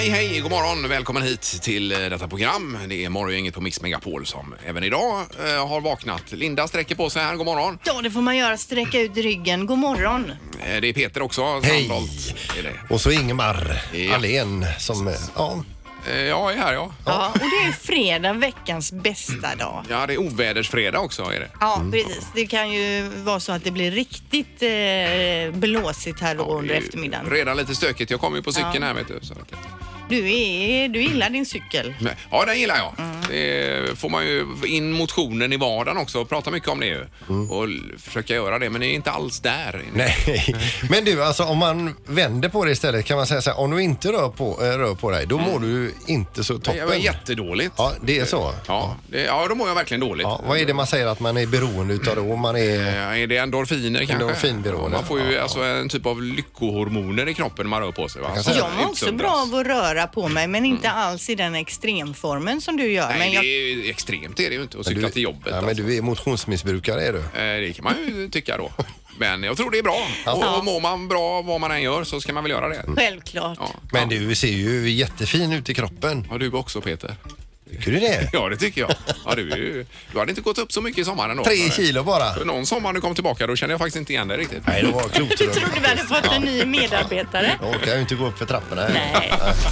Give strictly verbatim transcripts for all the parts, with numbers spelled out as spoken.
Hej, hej, god morgon. Välkommen hit till detta program. Det är morgongänget på Mix Megapol som även idag eh, har vaknat. Linda sträcker på sig här, god morgon. Ja, det får man göra, sträcka ut ryggen. God morgon. Eh, det är Peter också. Hej. Sandholt är det. Och så Ingemar Ja. Allén som, ja. Eh, jag är här, ja. Ja, och det är fredag, veckans bästa dag. Ja, det är ovädersfredag också, är det. Ja, precis. Det kan ju vara så att det blir riktigt eh, blåsigt här då Ja, under det är eftermiddagen. Redan lite stökigt. Jag kommer ju på cykeln Ja. här, vet du. Så att... Du, är, du gillar din cykel. Ja, den gillar jag. Mm. Det får man ju in motionen i vardagen också och prata mycket om det ju. Mm. Och l- försöka göra det, men det är inte alls där. Nej, men du, alltså om man vänder på det istället kan man säga så här, om du inte rör på, äh, rör på dig, då mår du inte så toppen. Det var jättedåligt. Ja, det är så. Ja, det, ja, då mår jag verkligen dåligt. Ja, vad är det man säger att man är beroende utav då? Man är... Eh, Är det endorfiner kanske? Endorfinberoende. Man får ju Ja, alltså en typ av lyckohormoner i kroppen när man rör på sig. Va? kan Så säga. Jag mår också utsöndras. bra av att röra på mig, men inte alls i den extremformen som du gör. Nej, men jag... det är ju extremt är det ju inte att Men cykla du, till jobbet. ja, men alltså. du är motionsmissbrukare är du. Eh, Det kan man ju tycka då. Men jag tror det är bra. Ja. Och, och mår man bra vad man än gör så ska man väl göra det. Självklart. Ja. Men du ser ju jättefin ut i kroppen. Ja, du också Peter. Tycker du det? Ja, det tycker jag. Ja, du, är ju- du hade inte gått upp så mycket i sommaren då. Tre kilo bara. För någon sommar du kom tillbaka då kände jag faktiskt inte igen dig riktigt. Nej, det var Du klotrum. trodde vi hade fått en ny medarbetare? Jag orkar ju inte gå upp för trapporna här. Nej.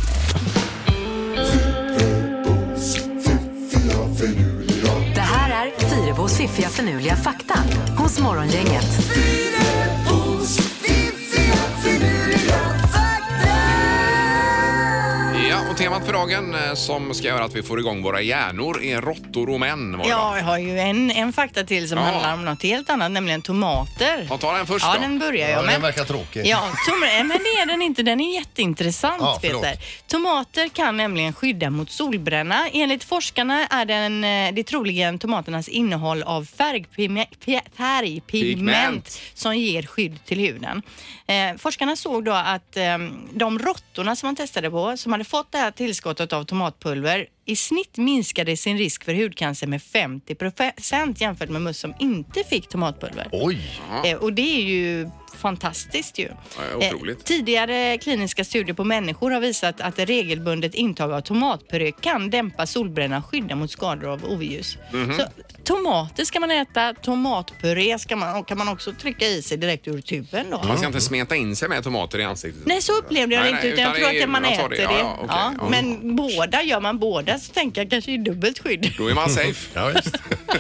Det här är Fyrebos fiffiga förnuliga fakta hos Morgongänget. Ja, och temat för dagen eh, som ska göra att vi får igång våra hjärnor är råttor och män. Var det, va? Ja, jag har ju en, en fakta till som Ja. handlar om något helt annat, nämligen tomater. Ja, ta den först Ja, då. den börjar Ja, jag den med. verkar tråkig. Ja, tom- men det är den inte. Den är jätteintressant, Ja, förlåt. Peter. Tomater kan nämligen skydda mot solbränna. Enligt forskarna är den, eh, det troligen tomaternas innehåll av färgpigme- pe- färgpigment Pigment. som ger skydd till huden. Eh, forskarna såg då att eh, de råttorna som man testade på, som hade fått det här tillskottet av tomatpulver, i snitt minskade sin risk för hudcancer med femtio procent jämfört med möss som inte fick tomatpulver. Oj! Eh, och det är ju fantastiskt ju. Ja, otroligt. Eh, tidigare kliniska studier på människor har visat att ett regelbundet intag av tomatpuré kan dämpa solbränna och skydda mot skador av O V-ljus. Mhm. Så tomater ska man äta, tomatpuré ska man, kan man också trycka i sig direkt ur tuben då. Man ska inte smeta in sig med tomater i ansiktet. Nej, så upplevde jag Nej, det inte, nej, utan jag utan tror det är- att man man tar äter det. det. Ja, ja, okej. Ja, Ja. men båda, gör man båda så tänker jag kanske i dubbelt skydd. Då är man safe. Ja, just.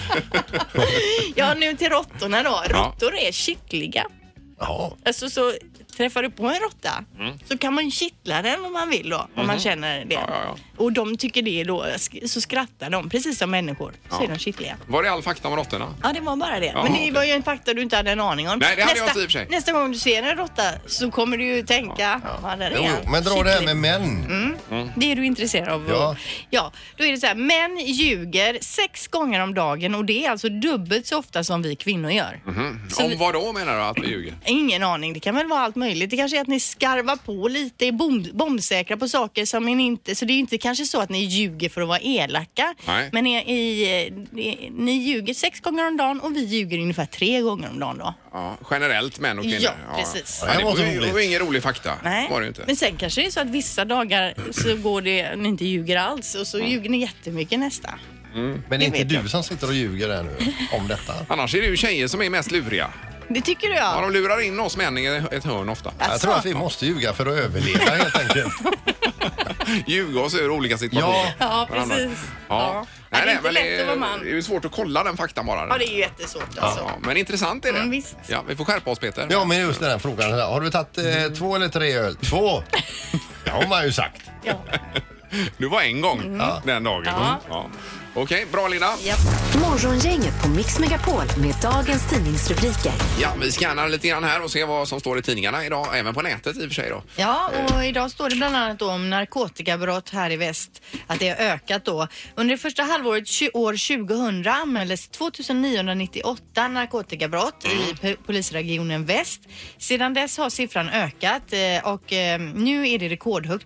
Ja, nu till råttorna då. Råttor är kittliga. Ja. Alltså så träffar du på en råtta så kan man kittla den om man vill då, om man känner det. Ja, ja, ja. Och de tycker det då, så skrattar de, precis som människor, så Ja. är de kittliga. Var det all fakta om råttorna? Ja, det var bara det. Ja, Men det okej. var ju en fakta du inte hade en aning om. Nej, det hade nästa, jag inte i och för sig. Nästa gång du ser en råtta så kommer du ju tänka, ja, där är Jo, han. jo. Men dra det här Kittlig. med män. Det är du intresserad av. Ja. Ja, då är det så här, män ljuger sex gånger om dagen och det är alltså dubbelt så ofta som vi kvinnor gör. Så Om vi- vad då menar du att vi ljuger? Ingen aning, det kan väl vara allt möjligt. Det kanske är att ni skarvar på lite, är bom, bombsäkra på saker som ni inte... Så det är ju inte kanske så att ni ljuger för att vara elaka. Nej. Men i, i, ni ljuger sex gånger om dagen och vi ljuger ungefär tre gånger om dagen då. Ja, generellt män och kvinnor. Ja, precis. Ja, det Det var var, så ju, det roligt. var ingen rolig fakta. Nej. Var det ju inte. Men sen kanske det är så att vissa dagar så går det, ni inte ljuger alls och så ljuger ni jättemycket nästa. Men Det det är inte vet du jag. som sitter och ljuger där nu om detta. Annars är det ju tjejer som är mest luriga. Det tycker du Ja, ja. de lurar in oss män i ett hörn ofta. Jag tror att vi måste ljuga för att överleva helt enkelt. Ljuga oss ur olika situationer. Ja, Varandra. precis. Ja. Ja. Nej, Det är inte men lätt att vara man. Det är ju svårt att kolla den faktan bara. Ja, det är ju jättesvårt alltså. Ja, men intressant är det. Mm, visst. Ja, vi får skärpa oss Peter. Ja, men just den här frågan. Har du tagit eh, två eller tre öl? Två! Det har man ju sagt. Ja. Du var en gång den dagen. Ja. Ja. Okej, bra Linda. Japp. Morgongänget på Mix Megapol med dagens tidningsrubriker. Ja, vi scannar lite grann här och ser vad som står i tidningarna idag, även på nätet i och för sig då. Ja, och idag står det bland annat om narkotikabrott här i väst, att det har ökat då. Under det första halvåret tju- år tjugohundra anmäldes tvåtusen-niohundranittioåtta narkotikabrott i p- polisregionen väst. Sedan dess har siffran ökat eh, och eh, nu är det rekordhögt då.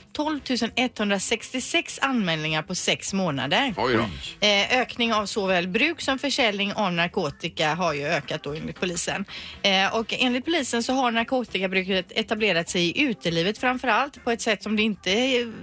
tolv tusen etthundrasextiosex anmälningar på sex månader. Oj då. Eh, ökning av såväl bruk som försäljning av narkotika har ju ökat då enligt polisen. Eh, och enligt polisen så har narkotikabruket etablerat sig i utelivet framförallt på ett sätt som det inte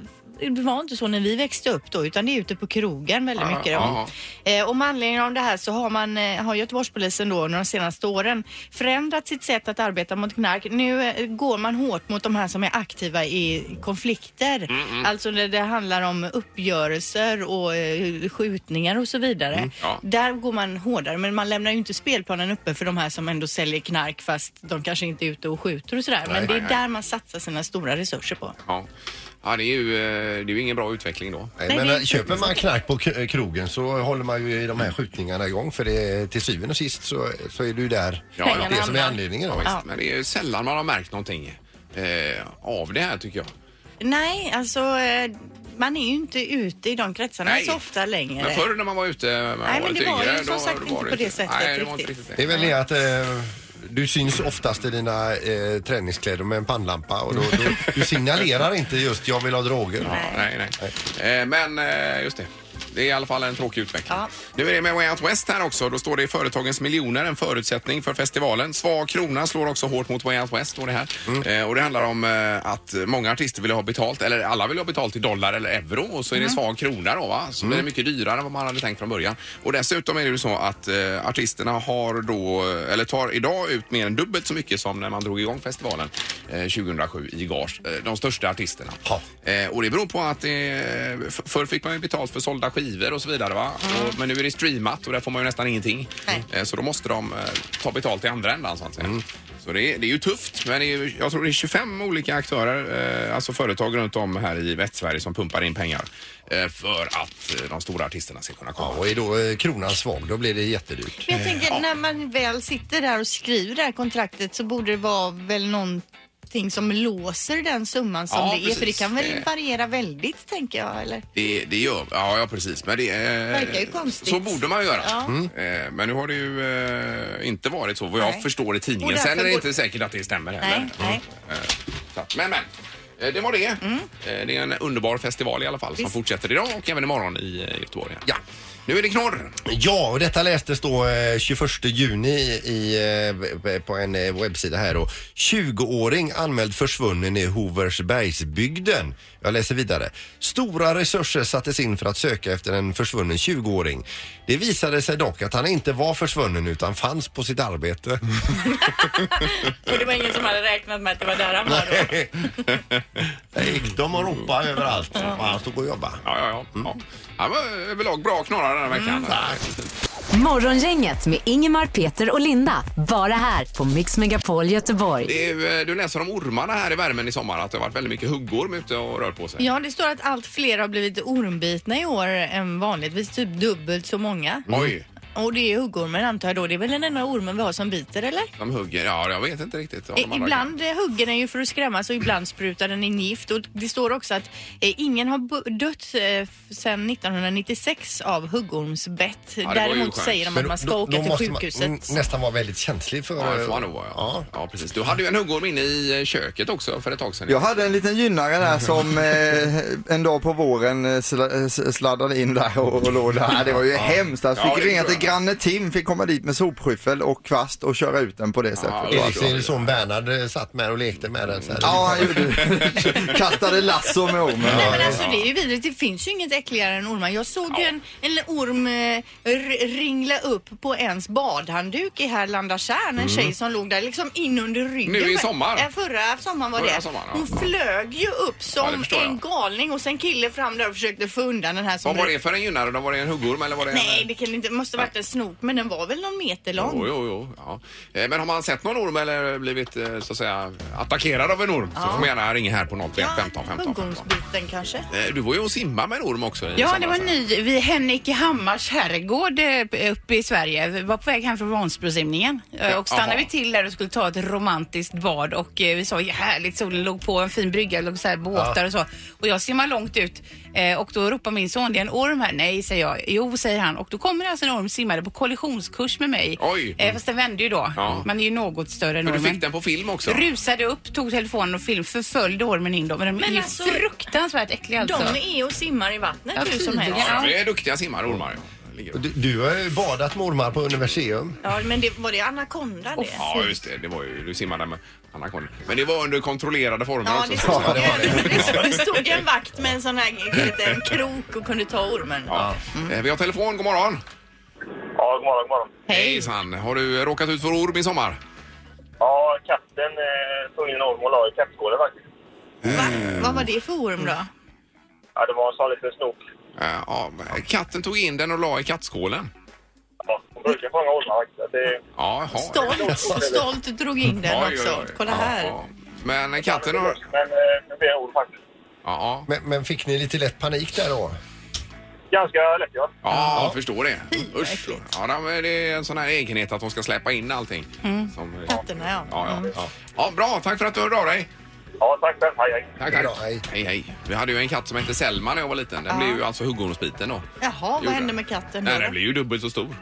det var inte så när vi växte upp då, utan det är ute på krogen väldigt mycket. Ja, eh, och med anledning av det här så har man eh, har Göteborgspolisen då under de senaste åren förändrat sitt sätt att arbeta mot knark. Nu eh, går man hårt mot de här som är aktiva i konflikter. Mm, mm. Alltså när det handlar om uppgörelser och eh, skjutningar och så vidare. Mm, ja. Där går man hårdare, men man lämnar ju inte spelplanen uppe för de här som ändå säljer knark fast de kanske inte är ute och skjuter och sådär. Nej, men det är nej, där nej. man satsar sina stora resurser på. Ja. Ja, det är ju, det är ju ingen bra utveckling då. Nej, men Nej, köper man knark på krogen så håller man ju i de här skjutningarna igång. För det, till syvende och sist så, så är du där. Ja, det är som är anledningen. Ja, ja. Men det är ju sällan man har märkt någonting eh, av det här tycker jag. Nej, alltså man är ju inte ute i de kretsarna Nej. så ofta längre. Men förr när man var ute man Nej, var men det lite var yngre, ju som sagt inte på det sättet. Nej, det var inte riktigt det. Det är väl det att... Eh, du syns oftast i dina eh, träningskläder med en pannlampa och då, då, du signalerar inte just jag vill ha droger. Ja, nej, nej. nej. Eh, men eh, just det. Det är i alla fall en tråkig utveckling. Ja. Nu är det med Way Out West här också. Då står det i företagens miljoner en förutsättning för festivalen. Svag krona slår också hårt mot Way Out West. Står det här. Mm. Eh, och det handlar om eh, att många artister vill ha betalt, eller alla vill ha betalt i dollar eller euro. Och så är det mm. svag krona då va? Så mm. blir det mycket dyrare än vad man hade tänkt från början. Och dessutom är det ju så att eh, artisterna har då, eller tar idag ut mer än dubbelt så mycket som när man drog igång festivalen eh, tjugohundrasju i gage. Eh, de största artisterna. Eh, och det beror på att eh, förr fick man ju betalt för sålda skivor och så vidare va? Mm. Och, men nu är det streamat och där får man ju nästan ingenting. Eh, så då måste de eh, ta betalt i andra ändan så att säga. Mm. Så det är, det är ju tufft, men det är, jag tror det är tjugofem olika aktörer, eh, alltså företag runt om här i Västsverige som pumpar in pengar eh, för att eh, de stora artisterna ska kunna komma. Ja, och är då eh, kronan svag, då blir det jättedyrt. Men jag tänker, ja. när man väl sitter där och skriver det här kontraktet så borde det vara väl någon ting som låser den summan som ja, det är. precis. För det kan väl variera väldigt, tänker jag, eller? Det, det gör, ja, ja precis. Men det eh, verkar ju konstigt. Så borde man göra. Ja. Mm. Eh, men nu har det ju eh, inte varit så, vad jag nej. förstår i tidningen. Sen är det inte säkert att det stämmer heller. Nej, nej. Eh, så att, men, men. Eh, det var det. Mm. Eh, det är en underbar festival i alla fall. Visst. Som fortsätter idag och även imorgon i eh, Göteborg. Ja. Nu är det knorr. Ja, och detta lästes då eh, tjugoförsta juni i, eh, på en eh, webbsida här då. tjugo-åring anmäld försvunnen i Hoversbergsbygden. Jag läser vidare. Stora resurser sattes in för att söka efter en försvunnen tjugo-åring. Det visade sig dock att han inte var försvunnen utan fanns på sitt arbete. Och det var ingen som hade räknat med att det var där han var då. Där gick de och ropade överallt. Ja. Och han stod och jobbade. Ja, ja, ja. Mm. ja. Han var överlag bra knorrar den här veckan. Mm, Morgongänget med Ingemar, Peter och Linda. Bara här på Mix Megapol Göteborg. Det är, du läser om ormarna här i värmen i sommar. Att det har varit väldigt mycket huggorm ute och rör på sig. Ja, det står att allt fler har blivit ormbitna i år än vanligtvis. Typ dubbelt så många. Mm. Oj. Och det är huggormen antar jag då. Det är väl den enda ormen vi har som biter, eller? De hugger, ja jag vet inte riktigt. E ibland kan. hugger den ju för att skrämmas och ibland sprutar den in gift. Och det står också att eh, ingen har dött eh, sedan nittonhundranittiosex av huggormsbett. Ja, Däremot säger de att då, man ska då, åka då till måste sjukhuset. Man nästan vara väldigt känslig för... Ja, det får man nog vara, ja. Ja. ja, precis. Du hade ju en huggorm inne i köket också för ett tag sedan. Jag hade en liten gynnare där som eh, en dag på våren sl sladdade in där och, och låg där. Det var ju ja. hemskt. Jag fick ja, ringa till granne Tim, fick komma dit med sopskyffel och kvast och köra ut den på det sättet. Ja, Erik som Bernhard satt med och lekte med den. Så här. Ja, han gjorde kastade lasso med ormen. Nej, men alltså det är ju vidrigt. Det finns ju inget äckligare än ormar. Jag såg ja. en, en orm eh, ringla upp på ens badhandduk i Härlanda Kärn. En mm. tjej som låg där liksom in under ryggen. Nu i sommar? Äh, förra sommaren var förra det. Sommaren, ja. Hon flög ju upp som ja, en galning och sen kille fram där och försökte få undan den här. Som vad var det för en gynnare? Då var det en huggorm eller var det Nej, en... det kan inte, måste varit en snok, men den var väl någon meter lång. Jo, jo, jo. Ja. Men har man sett någon orm eller blivit så att säga attackerad av en orm ja. så får man gärna ringa här på noll ett femton femton. Huggormsbiten kanske. Du var ju och simma med en orm också. Ja, det var ny vid Henrik Hammars herrgård uppe i Sverige. Vi var på väg hem från Vansbrosimningen ja. och stannade Aha. vi till där och skulle ta ett romantiskt bad och vi sa ja, härligt, solen låg på en fin brygga, låg så här båtar ja. och så. Och jag simmar långt ut och då ropar min son, det är en orm här. Nej, säger jag. Jo, säger han. Och då kommer alltså en orm simmar simmade på kollisionskurs med mig. Oj. Eh, fast den vände ju då. Ja. Man är ju något större än Men du ormen. fick den på film också? Rusade upp, tog telefonen och film, förföljde ormen in då. Men den Men är ju alltså, fruktansvärt äcklig alltså. De är och simmar i vattnet Ja, hur som helst. Ja, det är duktiga simmare, ormar. Ligger. Du, du har ju badat med ormar på Universium. Ja, men det, var det anakonda det? Ja, just det. Det var ju, du simmade med anakonda. Men det var under kontrollerade former Ja, också. det så- stod, Ja, det var det. det stod, det stod en vakt med en sån här liten krok och kunde ta ormen. Ja. Eh, Vi har telefon, god morgon. Ja, god morgon, god morgon. Hejsan. Har du råkat ut för orm i sommar? Ja, katten eh, tog in en orm och la i kattskålen faktiskt. Va? Vad var det för orm då? Ja, det var en sån liten snok. Eh, Ja, men katten tog in den och la i kattskålen. Ja, hon brukar fånga ormar faktiskt. Det, Ja, jaha. Stolt, stolt drog in den Oj, oj, också. oj. Kolla Ja, här. ja. Men katten men har... eh, det blev en orm faktiskt. Ja, ja. Men, men fick ni lite lätt panik där då? Ganska lätt, ja. Ja, jag förstår det. Usch. Ja, men det är en sån här egenhet att de ska släppa in allting. Som, Katterna, ja. ja, ja, ja. Ja, bra. Tack för att du hörde av dig. Ja, tack själv. Hej, hej. Tack, Bra, tack. hej. Hej, hej. Vi hade ju en katt som hette Selma när jag var liten. Den blev ju alltså huggormsbiten då. Jaha, vad Gjorde hände den. med katten Nej, då? den blev ju dubbelt så stor.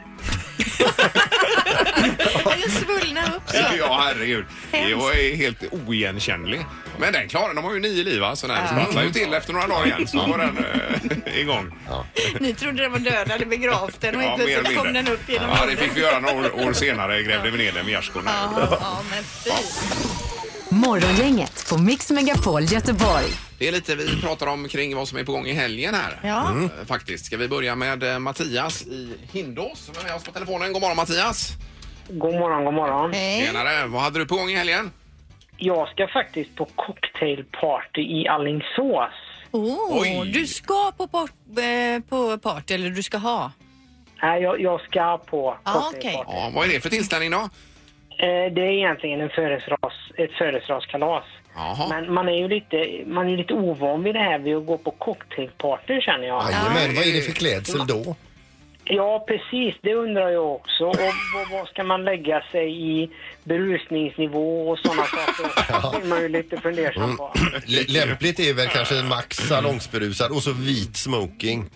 Den svullnade upp så. Ja, herregud. Det var ju helt oigenkännlig. Men den klarar, de har ju nio liv va? Så den sprattlar ju till efter några dagar igen. Så var den äh, igång. Ni trodde den var död, hade begravt den och Ja, helt mer eller plötsligt kom mindre. den upp genom Ja, det jorden. fick vi göra några år, år senare. Grävde vi ner den med gärdsgården. Ja, ja, men fy. Morgongänget på Mix Megapol Göteborg. Det är lite vi pratar om kring vad som är på gång i helgen här. Ja. Mm. Faktiskt. Ska vi börja med eh, Mattias i Hindås som är med oss på telefonen. God morgon Mattias. God morgon, god morgon. Hej. Tjenare. Vad hade du på gång i helgen? Jag ska faktiskt på cocktailparty i Alingsås. Oh, Oj. du ska på, på, eh, på party, eller du ska ha? Nej, jag, jag ska på Ah, cocktailparty. Ja, vad är det för tillställning då? Eh, det är egentligen en födelsedags, ett födelsedagskalas. Jaha. Men man är ju lite, man är ju lite ovan vid det här vid att gå på cocktailparty känner jag. Jajamän, vad är det för klädsel då? Ja, precis. Det undrar jag också. Och vad, vad ska man lägga sig i berusningsnivå och sådana saker? Det är man ju lite fundersam på. L- lämpligt är väl kanske max salongsberusad och så vit smoking.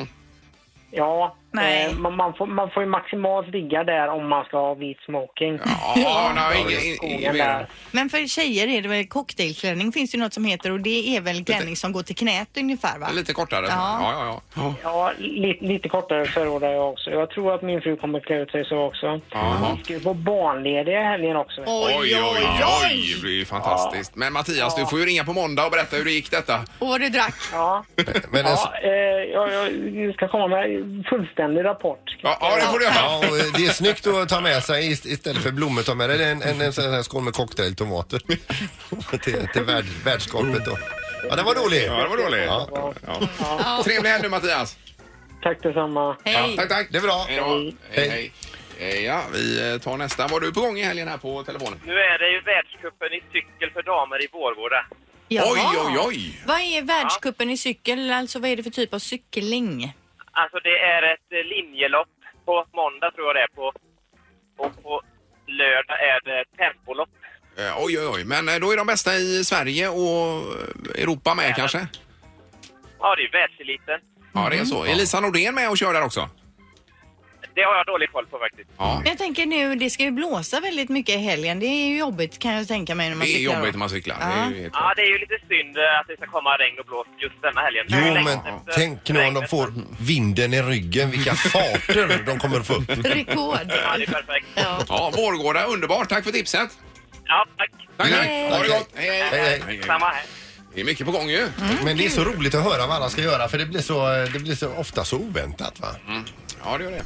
Ja, Nej. eh, man, man, får, man får ju maximalt ligga där om man ska ha vit smoking. Ja, nej, ingen, ingen, ingen mer. Men för tjejer är det väl cocktailklänning finns ju något som heter och det är väl klänning som går till knät ungefär va? Lite kortare. Ja. Ja, ja, ja. Ja, lite, lite kortare förordar jag också. Jag tror att min fru kommer klä ut sig så också. Jaha. Vi ska ju på barnlediga helgen också. Oj, oj, oj. Det blir ju fantastiskt. Men Mattias, du får ju ringa på måndag och berätta hur det gick detta. Och vad du drack. Ja, Men en, ja eh, jag, jag ska komma med fullständig rapport. Ja, ja, det får du göra. ja, och det är snyggt att ta med sig ist- istället för blommor. Ta med dig en, en, en sån här skål med cocktailtomater till, till värld, världskapet då. Ja, det var dålig. Ja, det var dåligt. Ja. Ja. Trevlig helg nu, Mattias. Tack detsamma. Hej. Tack, tack. Det är bra. Hej då. Hej, hej. Eh, Ja, vi tar nästa. Vad är du på gång i helgen här på telefonen? Nu är det ju världscupen i cykel för damer i Vårgårda. Jaha. Oj, oj, oj. Vad är världscupen i cykel? Alltså vad är det för typ av cykling? Alltså det är ett eh, linjelopp på måndag tror jag det är på. Och på lördag är det tempolopp. Eh, Oj, oj, oj. Men eh, då är de bästa i Sverige och eh, Europa med kanske? Ja, det är världseliten. Ja, det är så. Är Lisa Nordén med och kör där också? Det har jag dålig koll på faktiskt. Ja. Jag tänker nu, det ska ju blåsa väldigt mycket i helgen. Det är ju jobbigt kan jag tänka mig när man Det är cyklar. jobbigt när man cyklar. Det är ju helt Ja, klart. det är ju lite synd eh, att det ska komma regn och blåst just denna helgen. Jo, Det är ju men längst efter tänk nu om de regnet. får vinden i ryggen. Vilka farter de kommer att få upp. Rekord. Ja, det är perfekt. Ja. Ja, Vårgårda, underbart. Tack för tipset. Ja, tack. Tack, tack. Hej. Ha det Okej. gott. Hej, hej. Hej, hej. hej. Samma här. Det är mycket på gång ju. Men det är så roligt att höra vad alla ska göra för det blir så, det blir så ofta så oväntat va? Ja, det gör det.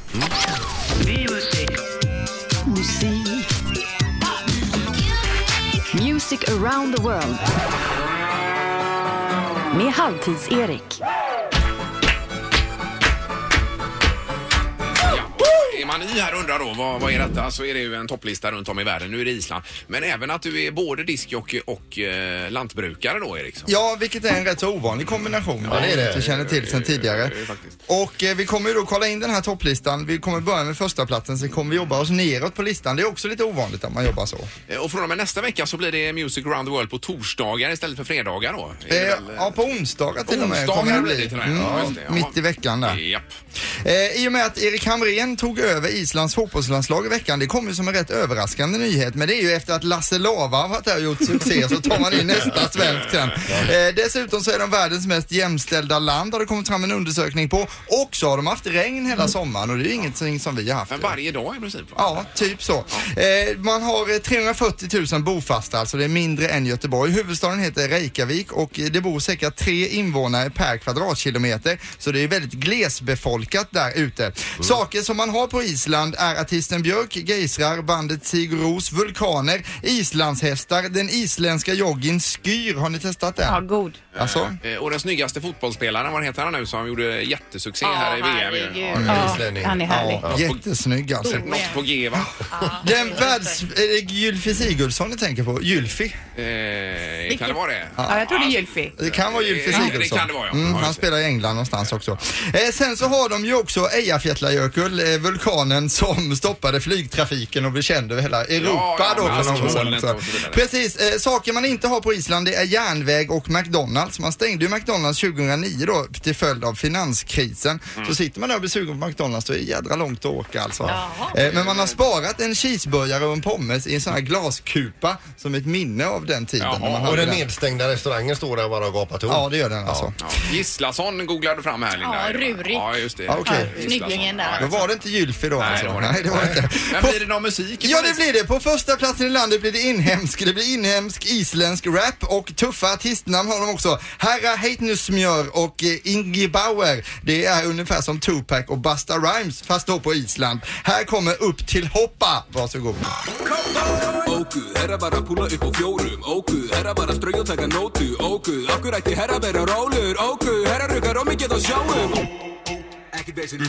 Music around the world. Med Halvtids-Erik. Ja. Är man ni här undrar då, vad, vad är detta? Så är det ju en topplista runt om i världen. Nu är det Island. Men även att du är både diskjockey och eh, lantbrukare då, Erik. Ja, vilket är en rätt så ovanlig kombination. Ja, det är det. Vi känner till sedan tidigare. Och eh, vi kommer ju då kolla in den här topplistan. Vi kommer börja med första platsen, sen kommer vi jobba oss neråt på listan. Det är också lite ovanligt att man jobbar så. Och från och med nästa vecka så blir det Music Around the World på torsdagar istället för fredagar då? Eh, väl... Ja, på onsdagar till och med. Onsdagar blir det till och med. Mm, Ja, just det. Ja. Mitt i veckan där. Japp. Eh, I och med att Erik Hamrén tog över Islands fotbollslandslag i veckan, det kom ju som en rätt överraskande nyhet, men det är ju efter att Lasse Lava har varit här och gjort succé, så tar man in nästa svensk sen. Eh, dessutom så är de världens mest jämställda land, har det kommit fram en undersökning på, och så har de haft regn hela sommaren och det är ingenting som vi har haft. Men varje dag i princip? Va? Ja, typ så. Eh, man har trehundrafyrtio tusen bofasta, alltså det är mindre än Göteborg. Huvudstaden heter Reykjavik och det bor cirka tre invånare per kvadratkilometer, så det är väldigt glesbefolkat där ute. Mm. Saker som man har på Island är artisten Björk, geisrar, bandet Sigur Ros, vulkaner, islandshästar, den isländska joggin Skyr. Har ni testat det? Ja, god. Alltså? Eh, och den snyggaste fotbollsspelaren, vad heter han nu, som gjorde jättesuccé ja, här i V M? Ja, ja, han är härlig. Ja, jättesnygg alltså. Något på G, va? Den världs... Är det Gylfi Sigurdsson ni tänker på? Gylfi? Eh, kan det vara det? Ja, jag tror det är Gylfi. Det kan vara Gylfi Sigurdsson. Det kan det vara, ja. Mm, ja han spelar i England någonstans också. Eh, sen så har de ju också Eyjafjallajökull, eh, vulkanen som stoppade flygtrafiken och blev känd över hela Europa ja, ja, då för någon år sedan. Precis, eh, saker man inte har på Island det är järnväg och McDonalds. Man stängde ju McDonalds tjugohundranio då till följd av finanskrisen. Mm. Så sitter man där och blir sugen på McDonalds så är det jädra långt att åka alltså. Eh, men man har sparat en cheeseburgare och en pommes i en sån här glaskupa som ett minne av den tiden. När man och den nedstängda restaurangen står där bara och gapar tom. Ja, det gör den alltså. Ja. Gislason googlade fram här, Linda. Ja, Rurik. Ja, just det. Ja, okay. Snygglingen där. Då var det inte Gylfi då Nej, alltså. det var det. Nej, det var det inte. Men blir det någon musik? Ja, det blir det. På första platsen i landet blir det inhemsk. Det blir inhemsk isländsk rap och tuffa artistnamn har de också. Herra Heitnusmjör och eh, Ingi Bauer. Det är ungefär som Tupac och Busta Rhymes fast då på Island. Här kommer Upp till hoppa. Varsågod. Óku, herra bara púla upp á fjórum Óku, herra bara strögg og taka nótu Óku, okkur ætti herra bera rólur Óku, herra rukar og mikið á sjáum Ekki þessi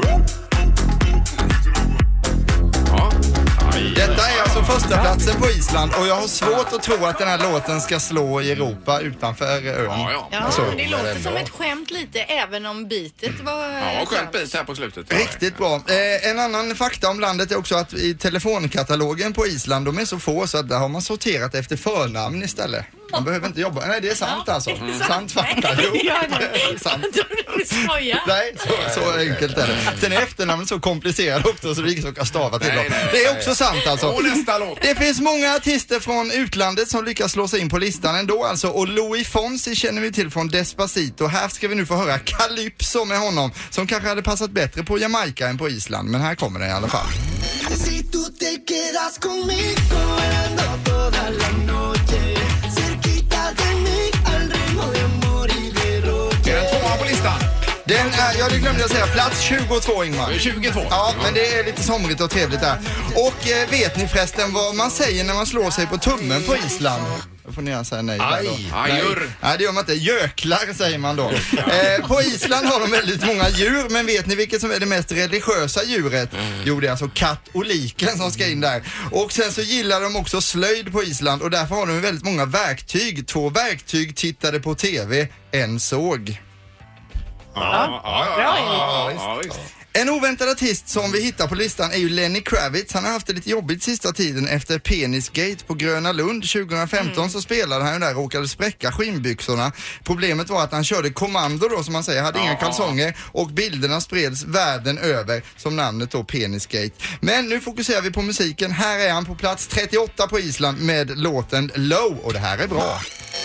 Ja. Detta är alltså första platsen på Island och jag har svårt att tro att den här låten ska slå i Europa utanför ön. Ja, ja. Ja, alltså, det låter som ett skämt lite, även om bitet var... Ja, skönt bit här på slutet. Riktigt bra. Eh, en annan fakta om landet är också att i telefonkatalogen på Island, de är så få så att där har man sorterat efter förnamn istället. Man behöver inte jobba. Nej, det är sant alltså. Mm. Sant fakta. Jo, Ja, det är sant. Du skojar. Nej, så, så enkelt är det. Sen är efternamnet så komplicerat också så det är ingen som kan stava till Nej, dem. nej, nej, Det är nej. också sant alltså. Och nästa låt. Det finns många artister från utlandet som lyckas slå sig in på listan ändå alltså. Och Louis Fonsi känner vi till från Despacito. Här ska vi nu få höra Calypso med honom som kanske hade passat bättre på Jamaica än på Island. Men här kommer det i alla fall. Si tú te quedas conmigo bailando toda la noche cerquita de mí al ritmo de amor y de roche. Är den tvåa på listan? Den är, ja det glömde jag säga, plats tjugotvå Ingmar. tjugotvå. Ja, men det är lite somrigt och trevligt där. Och eh, vet ni förresten vad man säger när man slår sig på tummen på Island? Då får ni gärna säga nej. Aj, där då. ajur. Nej, det gör man inte. Göklar säger man då. eh, på Island har de väldigt många djur, men vet ni vilket som är det mest religiösa djuret? Mm. Jo, det är alltså katoliken som ska in där. Och sen så gillar de också slöjd på Island och därför har de väldigt många verktyg. Två verktyg tittade på tv, en såg. Ja, ja, ja, ja, ja, ja, visst. En oväntad artist som vi hittar på listan är ju Lenny Kravitz. Han har haft det lite jobbigt sista tiden efter Penisgate på Gröna Lund. tjugohundrafemton mm. så spelade han ju där och råkade spräcka skinnbyxorna. Problemet var att han körde kommando då som man säger, hade inga kalsonger och bilderna spreds världen över som namnet då Penisgate. Men nu fokuserar vi på musiken. Här är han på plats trettioåtta på Island med låten Low och det här är bra.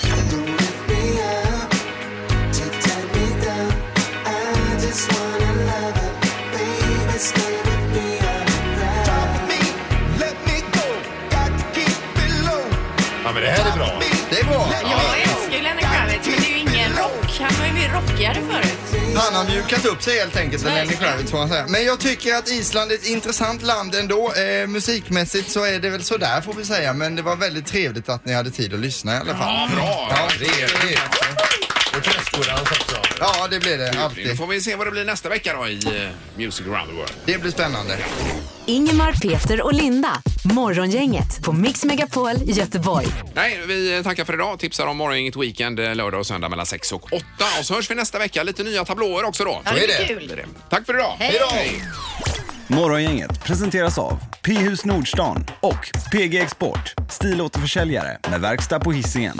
Ja, men det här är bra. Det är bra. Jag älskar ju Lenny Kravitz, men det är ju ingen rock. Han var ju mer rockigare förut. Han har mjukat upp sig helt enkelt, Lenny Kravitz får man säga. Men jag tycker att Island är ett intressant land ändå. Eh, musikmässigt så är det väl sådär får vi säga. Men det var väldigt trevligt att ni hade tid att lyssna i alla fall. Ja, bra. Ja, trevligt. presskonferens också. Ja, det blir det. Då Alltid. får vi se vad det blir nästa vecka då i uh, Music around the world. Det blir spännande. Ingemar, Peter och Linda. Morgongänget på Mix Megapol Göteborg. Nej, vi tackar för idag. Tipsar om Morgongänget Weekend lördag och söndag mellan sex och åtta. Och så hörs vi nästa vecka. Lite nya tablåer också då. Ja, det är kul. Tack för idag. Hej då. Morgongänget presenteras av P-hus Nordstan och P G Export, stilåterförsäljare med verkstad på Hisingen.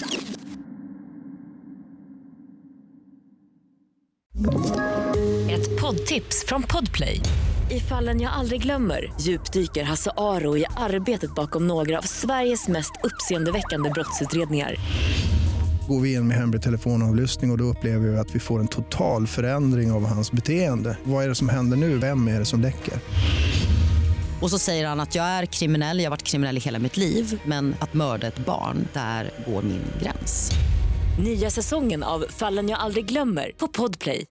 Ett poddtips från Podplay. I Fallen jag aldrig glömmer djupdyker Hasse Aro i arbetet bakom några av Sveriges mest uppseendeväckande brottsutredningar. Går vi in med hemlig telefonavlyssning och, och då upplever vi att vi får en total förändring av hans beteende. Vad är det som händer nu? Vem är det som läcker? Och så säger han att jag är kriminell, jag har varit kriminell i hela mitt liv. Men att mörda ett barn, där går min gräns. Nya säsongen av Fallen jag aldrig glömmer på Podplay.